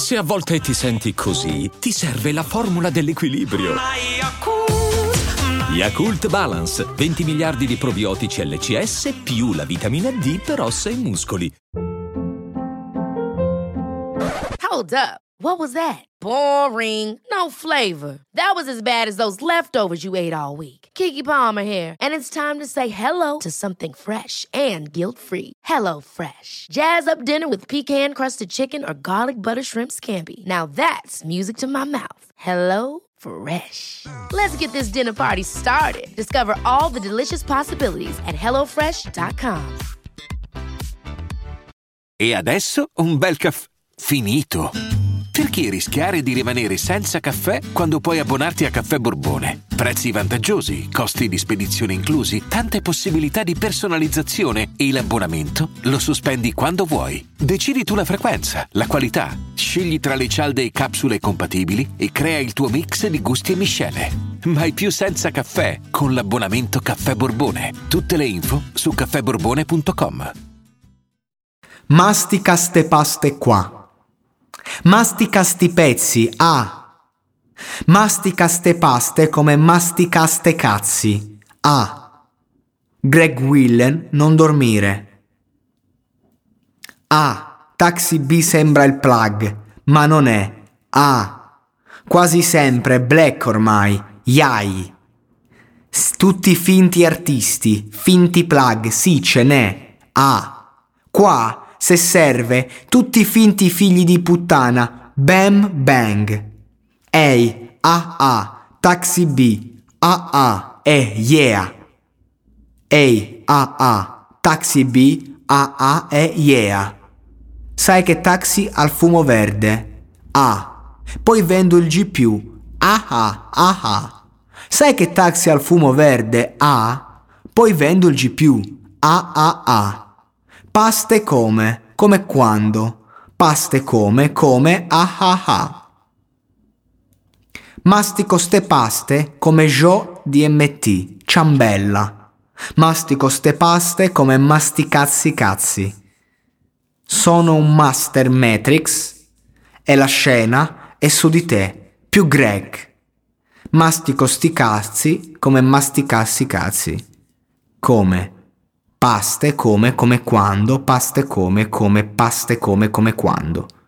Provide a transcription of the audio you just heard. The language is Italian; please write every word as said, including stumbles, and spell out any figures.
Se a volte ti senti così, ti serve la formula dell'equilibrio. Yakult Balance, venti miliardi di probiotici L C S più la vitamina D per ossa e muscoli. Hold up. What was that? Boring. No flavor. That was as bad as those leftovers you ate all week. Keke Palmer here, and it's time to say hello to something fresh and guilt-free. Hello Fresh. Jazz up dinner with pecan-crusted chicken or garlic butter shrimp scampi. Now that's music to my mouth. Hello Fresh. Let's get this dinner party started. Discover all the delicious possibilities at hello fresh dot com. E adesso un bel caffè finito. Perché rischiare di rimanere senza caffè quando puoi abbonarti a Caffè Borbone? Prezzi vantaggiosi, costi di spedizione inclusi, tante possibilità di personalizzazione e l'abbonamento lo sospendi quando vuoi. Decidi tu la frequenza, la qualità, scegli tra le cialde e capsule compatibili e crea il tuo mix di gusti e miscele. Mai più senza caffè con l'abbonamento Caffè Borbone. Tutte le info su caffè borbone punto com. Mastica ste paste qua. Mastica sti pezzi, ah! Mastica ste paste come mastica ste cazzi, ah! Greg Willen, non dormire. Ah, Taxi B sembra il plug, ma non è. Ah, quasi sempre black ormai, yai. S- tutti finti artisti, finti plug, sì ce n'è. Ah, qua... se serve, tutti finti figli di puttana, bam bang. Ehi, ah ah, Taxi B, ah ah, eh yeah. Ehi, ah ah, Taxi B, ah ah, eh yeah. Sai che Taxi ha il fumo verde? Ah, poi vendo il G più, ah ah, ah ah. Sai che Taxi ha il fumo verde? Ah, poi vendo il G più, ah ah ah. Paste come, come quando, paste come, come, ah ah ah. Mastico ste paste come Jo D M T, ciambella. Mastico ste paste come masticazzi cazzi. Sono un master Matrix e la scena è su di te, più Greg. Mastico sti cazzi come masticassi cazzi. Come? Paste come, come quando, paste come, come, paste come, come quando.